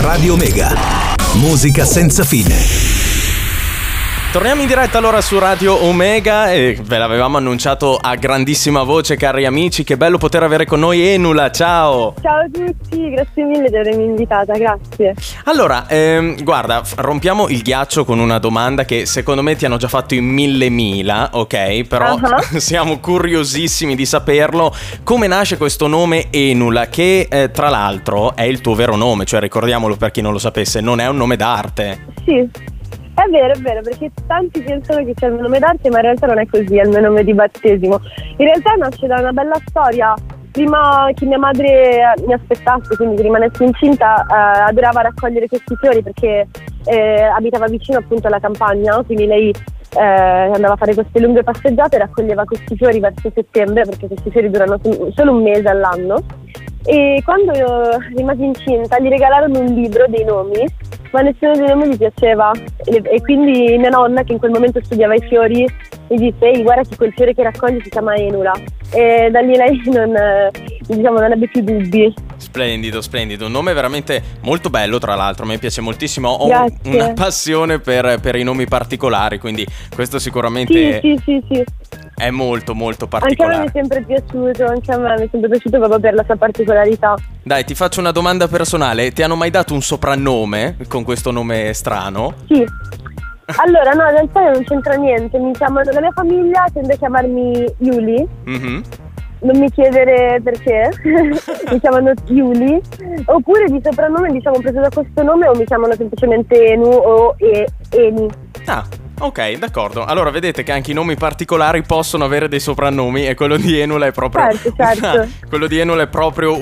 Radio Omega. Musica senza fine. Torniamo in diretta allora su Radio Omega e ve l'avevamo annunciato a grandissima voce, cari amici. Che bello poter avere con noi Enula, ciao! Ciao a tutti, grazie mille di avermi invitata, grazie. Allora, guarda, rompiamo il ghiaccio con una domanda che secondo me ti hanno già fatto in mille, ok? Però siamo curiosissimi di saperlo. Come nasce questo nome Enula, che tra l'altro è il tuo vero nome, cioè ricordiamolo per chi non lo sapesse, non è un nome d'arte. Sì. È vero, perché tanti pensano che sia il mio nome d'arte, ma in realtà non è così, è il mio nome di battesimo. In realtà nasce da una bella storia. Prima che mia madre mi aspettasse, quindi che rimanessi incinta, adorava raccogliere questi fiori perché abitava vicino appunto alla campagna, quindi lei andava a fare queste lunghe passeggiate e raccoglieva questi fiori verso settembre, perché questi fiori durano solo un mese all'anno. E quando io rimasi incinta gli regalarono un libro dei nomi, ma nessuno dei nomi gli piaceva, e quindi mia nonna, che in quel momento studiava i fiori, mi disse: ehi, guarda che quel fiore che raccogli si chiama Enula. E da lì lei non ebbe più dubbi. Splendido, un nome veramente molto bello, tra l'altro, a me piace moltissimo. Ho una passione per i nomi particolari, quindi questo sicuramente sì. È molto particolare. Anche a me mi è sempre piaciuto, proprio per la sua particolarità. Dai, ti faccio una domanda personale. Ti hanno mai dato un soprannome con questo nome strano? Sì. Allora, no, in realtà non c'entra niente. La mia famiglia tende a chiamarmi Yuli. Mm-hmm. Non mi chiedere perché. Mi chiamano Yuli. Oppure di soprannome, preso da questo nome, o mi chiamano semplicemente Enu o Eni. Ah, ok, d'accordo. Allora vedete che anche i nomi particolari possono avere dei soprannomi, e quello di Enula è proprio certo. quello di Enula è proprio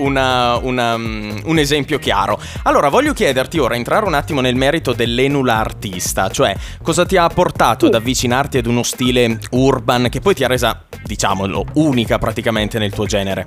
un esempio chiaro. Allora voglio chiederti ora, entrare un attimo nel merito dell'Enula artista, cioè cosa ti ha portato ad avvicinarti ad uno stile urban che poi ti ha resa, diciamolo, unica praticamente nel tuo genere.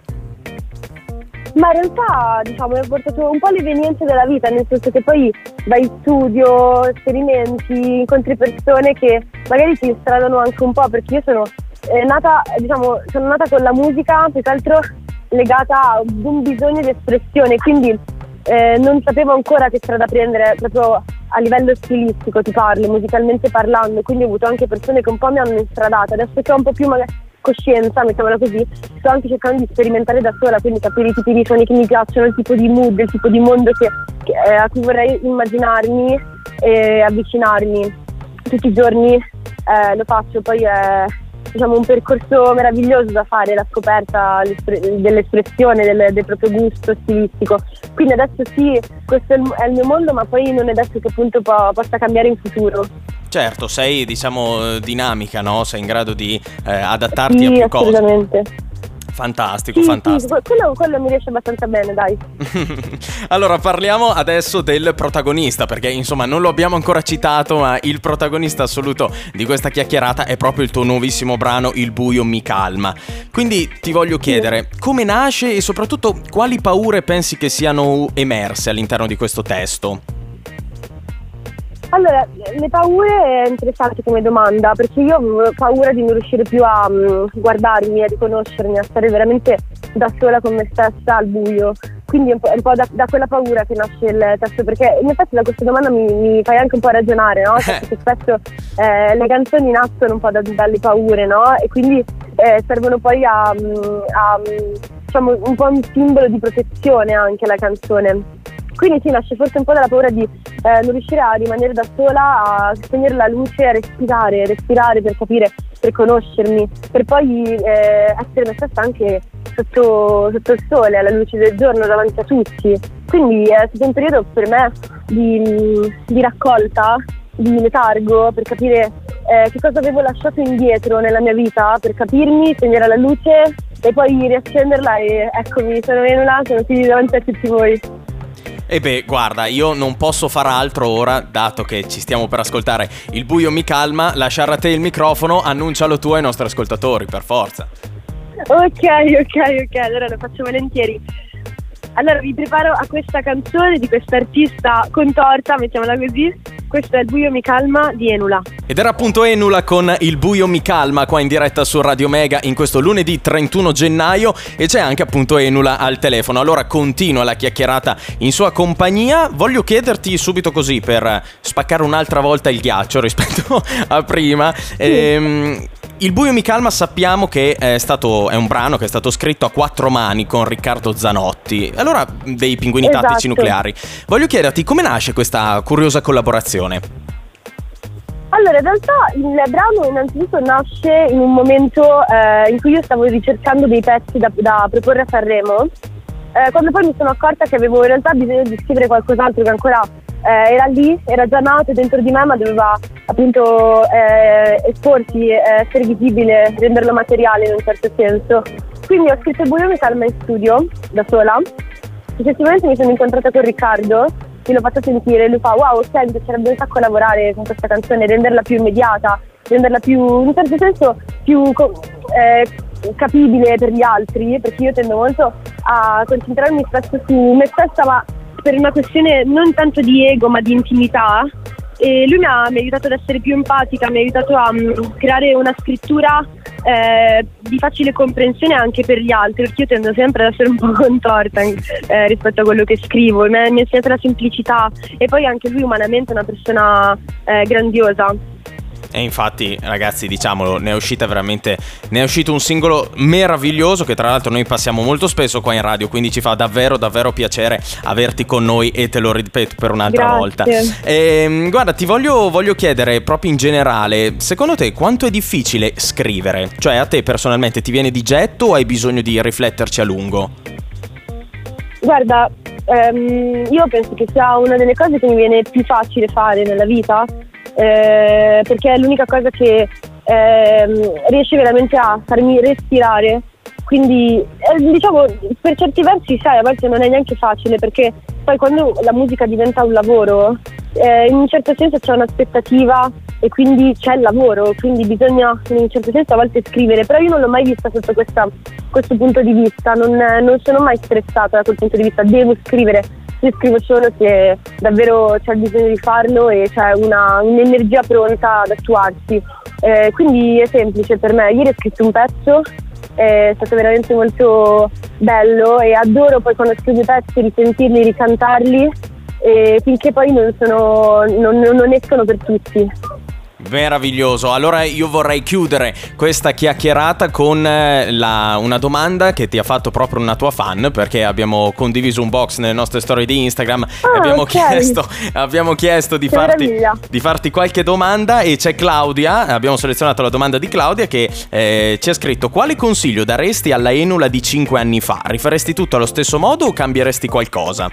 Ma in realtà, mi ha portato un po' l'evenienza della vita, nel senso che poi vai in studio, sperimenti, incontri persone che magari ti stradano anche un po', perché io sono nata con la musica, più che altro legata ad un bisogno di espressione, quindi non sapevo ancora che strada prendere proprio a livello stilistico, ti parlo, musicalmente parlando, quindi ho avuto anche persone che un po' mi hanno instradato. Adesso che ho un po' più coscienza, mettiamola così, sto anche cercando di sperimentare da sola, quindi capire i tipi di suoni che mi piacciono, il tipo di mood, il tipo di mondo a cui vorrei immaginarmi e avvicinarmi. Tutti i giorni lo faccio, poi è un percorso meraviglioso da fare, la scoperta dell'espressione, del proprio gusto stilistico. Quindi adesso sì, questo è il mio mondo, ma poi non è detto che appunto possa cambiare in futuro. Certo, sei dinamica, no? Sei in grado di adattarti a più cose. Assolutamente. Fantastico. Sì, quello mi riesce abbastanza bene, dai. Allora parliamo adesso del protagonista, perché insomma non lo abbiamo ancora citato, ma il protagonista assoluto di questa chiacchierata è proprio il tuo nuovissimo brano Il buio mi calma. Quindi ti voglio chiedere come nasce e soprattutto quali paure pensi che siano emerse all'interno di questo testo? Allora, le paure è interessante come domanda, perché io avevo paura di non riuscire più a guardarmi, a riconoscermi, a stare veramente da sola con me stessa al buio. Quindi è un po' da quella paura che nasce il testo, perché in effetti da questa domanda mi fai anche un po' ragionare, no? Perché spesso le canzoni nascono un po' dalle paure, no? E quindi servono poi a un po' un simbolo di protezione anche la canzone. Quindi sì, nasce forse un po' dalla paura di non riuscire a rimanere da sola, a spegnere la luce, a respirare per capire, per conoscermi, per poi essere me stessa anche sotto il sole, alla luce del giorno, davanti a tutti. Quindi è stato un periodo per me di raccolta, di letargo, per capire che cosa avevo lasciato indietro nella mia vita, per capirmi, spegnere la luce e poi riaccenderla e eccomi, sono Enula, sono qui davanti a tutti voi. E beh, guarda, io non posso far altro ora, dato che ci stiamo per ascoltare Il buio mi calma, lasciare a te il microfono, annuncialo tu ai nostri ascoltatori, per forza. Ok, allora lo faccio volentieri. Allora vi preparo a questa canzone di questa artista contorta, mettiamola così. Questo è Il buio mi calma di Enula. Ed era appunto Enula con Il buio mi calma qua in diretta su Radio Mega in questo lunedì 31 gennaio e c'è anche appunto Enula al telefono. Allora continua la chiacchierata in sua compagnia. Voglio chiederti subito così per spaccare un'altra volta il ghiaccio rispetto a prima. Il buio mi calma sappiamo che è un brano che è stato scritto a 4 mani con Riccardo Zanotti, allora dei Pinguini Tattici Nucleari. Voglio chiederti come nasce questa curiosa collaborazione. Allora, in realtà il brano innanzitutto nasce in un momento in cui io stavo ricercando dei pezzi da proporre a Sanremo, quando poi mi sono accorta che avevo in realtà bisogno di scrivere qualcos'altro che ancora era lì, era già nato dentro di me, ma doveva appunto esporsi, essere visibile, renderlo materiale in un certo senso. Quindi ho scritto Il buio mi calma in studio, da sola. Successivamente mi sono incontrata con Riccardo, che l'ho fatto sentire, lui fa wow, ok, mi piacerebbe un sacco lavorare con questa canzone, renderla più immediata, renderla più, in un certo senso, più capibile per gli altri, perché io tendo molto a concentrarmi spesso su me stessa, ma per una questione non tanto di ego ma di intimità, e lui mi ha aiutato ad essere più empatica, mi ha aiutato a creare una scrittura di facile comprensione anche per gli altri, perché io tendo sempre ad essere un po' contorta rispetto a quello che scrivo. Mi ha insegnato la semplicità e poi anche lui umanamente è una persona grandiosa. E infatti, ragazzi, diciamolo, ne è uscito un singolo meraviglioso che tra l'altro noi passiamo molto spesso qua in radio, quindi ci fa davvero davvero piacere averti con noi e te lo ripeto per un'altra volta. Guarda, ti voglio chiedere proprio in generale, secondo te quanto è difficile scrivere? Cioè a te personalmente ti viene di getto o hai bisogno di rifletterci a lungo? Guarda, io penso che sia una delle cose che mi viene più facile fare nella vita, perché è l'unica cosa che riesce veramente a farmi respirare. Quindi diciamo, per certi versi sai, a volte non è neanche facile, perché poi quando la musica diventa un lavoro, in un certo senso c'è un'aspettativa e quindi c'è il lavoro, quindi bisogna in un certo senso a volte scrivere, però io non l'ho mai vista sotto questo punto di vista, non sono mai stressata da quel punto di vista, devo scrivere. Io scrivo solo se davvero c'è bisogno di farlo e c'è un'energia pronta ad attuarsi, quindi è semplice per me. Ieri ho scritto un pezzo, è stato veramente molto bello e adoro poi quando scrivo i pezzi risentirli, ricantarli, finché poi non escono per tutti. Meraviglioso. Allora io vorrei chiudere questa chiacchierata con una domanda che ti ha fatto proprio una tua fan, perché abbiamo condiviso un box nelle nostre storie di Instagram e abbiamo chiesto di farti qualche domanda, e c'è Claudia, abbiamo selezionato la domanda di Claudia che ci ha scritto: quale consiglio daresti alla Enula di 5 anni fa? Rifaresti tutto allo stesso modo o cambieresti qualcosa?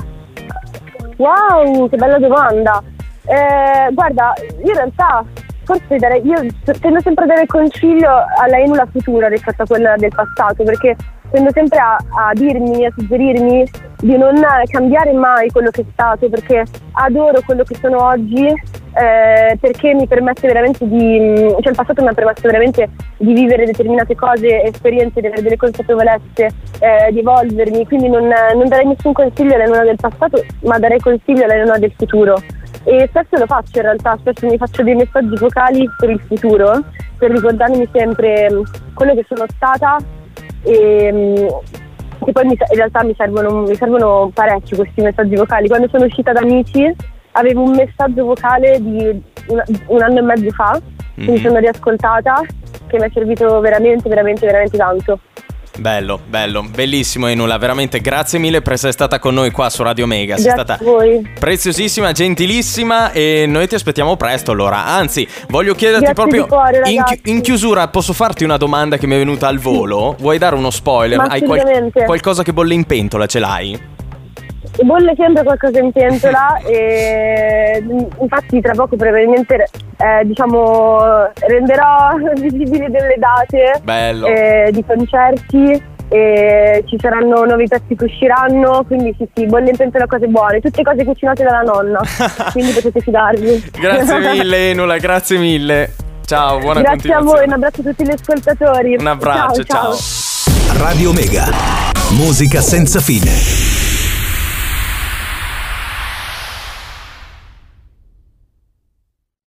Wow, che bella domanda. Guarda, io in realtà forse io tendo sempre a dare consiglio alla Enula futura rispetto a quella del passato, perché tendo sempre a dirmi, a suggerirmi di non cambiare mai quello che è stato, perché adoro quello che sono oggi, perché mi permette veramente cioè il passato mi ha permesso veramente di vivere determinate cose, esperienze, di avere delle consapevolezze, di evolvermi, quindi non darei nessun consiglio alla Enula del passato, ma darei consiglio alla Enula del futuro. E spesso lo faccio in realtà, spesso mi faccio dei messaggi vocali per il futuro, per ricordarmi sempre quello che sono stata, e che poi in realtà mi servono parecchio questi messaggi vocali. Quando sono uscita da Amici avevo un messaggio vocale di un anno e mezzo fa, che mi sono riascoltata, che mi è servito veramente veramente veramente tanto. Bello, bellissimo Enula, veramente grazie mille per essere stata con noi qua su Radio Mega. Sei stata a voi. Preziosissima, gentilissima, e noi ti aspettiamo presto allora. Anzi, voglio chiederti Grazie proprio di cuore, in chiusura, posso farti una domanda che mi è venuta al volo? Vuoi dare uno spoiler? Ma Hai qualcosa che bolle in pentola, ce l'hai? Bolle sempre qualcosa in pentola, e infatti tra poco probabilmente renderò visibili delle date. Bello. Di concerti, e ci saranno nuovi pezzi che usciranno, quindi sì, bolle in pentola, cose buone, tutte cose cucinate dalla nonna, quindi potete fidarvi. Grazie mille Enula, grazie mille. Ciao, buona grazie continuazione. A voi, un abbraccio a tutti gli ascoltatori. Un abbraccio, ciao. Radio Mega, musica senza fine.